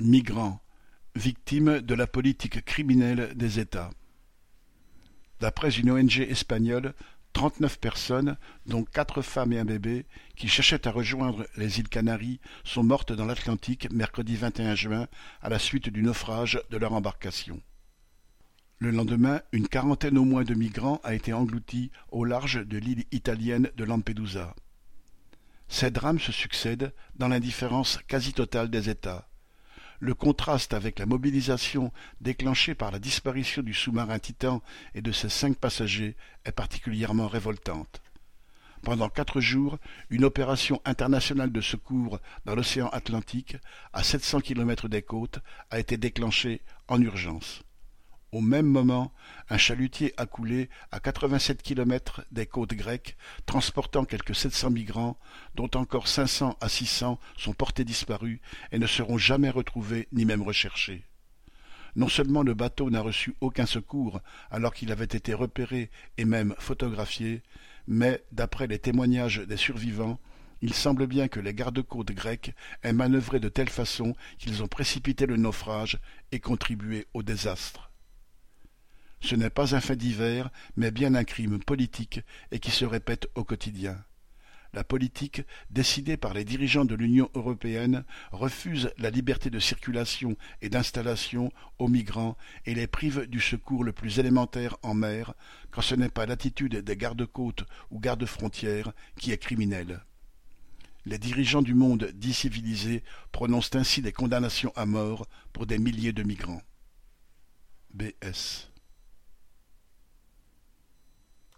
Migrants, victimes de la politique criminelle des États. D'après une ONG espagnole, 39 personnes, dont 4 femmes et un bébé, qui cherchaient à rejoindre les îles Canaries, sont mortes dans l'Atlantique mercredi 21 juin à la suite du naufrage de leur embarcation. Le lendemain, une quarantaine au moins de migrants a été engloutie au large de l'île italienne de Lampedusa. Ces drames se succèdent dans l'indifférence quasi totale des États. Le contraste avec la mobilisation déclenchée par la disparition du sous-marin Titan et de ses 5 passagers est particulièrement révoltante. Pendant 4 jours, une opération internationale de secours dans l'océan Atlantique, à 700 km des côtes, a été déclenchée en urgence. Au même moment, un chalutier a coulé à 87 km des côtes grecques, transportant quelques 700 migrants, dont encore 500 à 600 sont portés disparus et ne seront jamais retrouvés ni même recherchés. Non seulement le bateau n'a reçu aucun secours alors qu'il avait été repéré et même photographié, mais, d'après les témoignages des survivants, il semble bien que les gardes-côtes grecs aient manœuvré de telle façon qu'ils ont précipité le naufrage et contribué au désastre. Ce n'est pas un fait divers, mais bien un crime politique et qui se répète au quotidien. La politique, décidée par les dirigeants de l'Union européenne, refuse la liberté de circulation et d'installation aux migrants et les prive du secours le plus élémentaire en mer, quand ce n'est pas l'attitude des gardes-côtes ou gardes-frontières qui est criminelle. Les dirigeants du monde dit civilisé prononcent ainsi des condamnations à mort pour des milliers de migrants. B.S.